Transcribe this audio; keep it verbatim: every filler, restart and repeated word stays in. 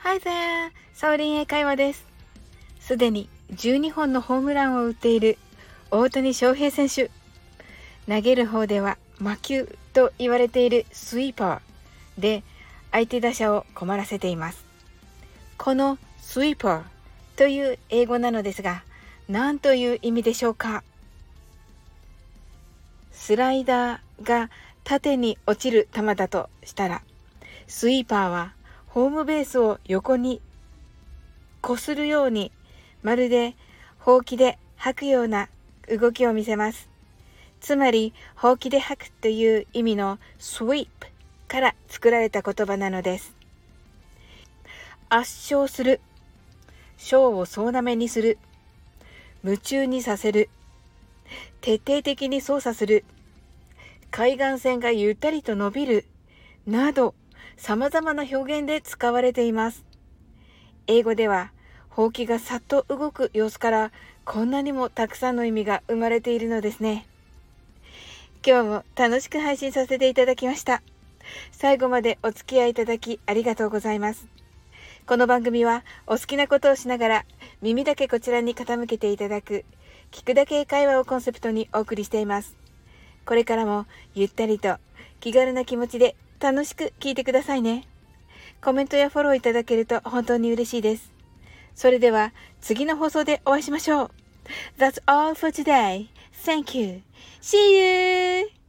Hi there! サオリン英会話です。すでにじゅうにほんのホームランを打っている大谷翔平選手。投げる方では魔球と言われているスイーパーで相手打者を困らせています。このスイーパーという英語なのですが、何という意味でしょうか？スライダーが縦に落ちる球だとしたら、スイーパーはホームベースを横にこするように、まるでほうきで掃くような動きを見せます。つまり、ほうきで掃くという意味の sweep から作られた言葉なのです。圧勝する、勝を総なめにする、夢中にさせる、徹底的に操作する、海岸線がゆったりと伸びる、など、様々な表現で使われています。英語では、ほうきがさっと動く様子から、こんなにもたくさんの意味が生まれているのですね。今日も楽しく配信させていただきました。最後までお付き合いいただきありがとうございます。この番組はお好きなことをしながら耳だけこちらに傾けていただく聞くだけ会話をコンセプトにお送りしています。これからもゆったりと気軽な気持ちで楽しく聞いてくださいね。コメントやフォローいただけると本当に嬉しいです。それでは次の放送でお会いしましょう。That's all for today. Thank you. See you!